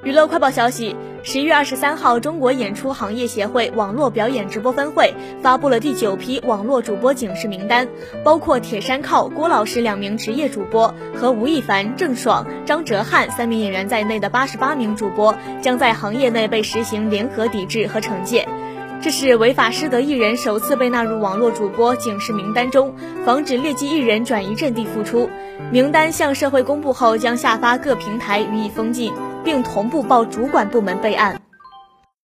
娱乐快报消息，11月23号，中国演出行业协会网络表演直播分会发布了第9批网络主播警示名单，包括铁山靠、郭老师2名职业主播和吴亦凡、郑爽、张哲瀚3名演员在内的88名主播将在行业内被实行联合抵制和惩戒。这是违法失德艺人首次被纳入网络主播警示名单中，防止劣迹艺人转移阵地复出。名单向社会公布后，将下发各平台予以封禁，并同步报主管部门备案。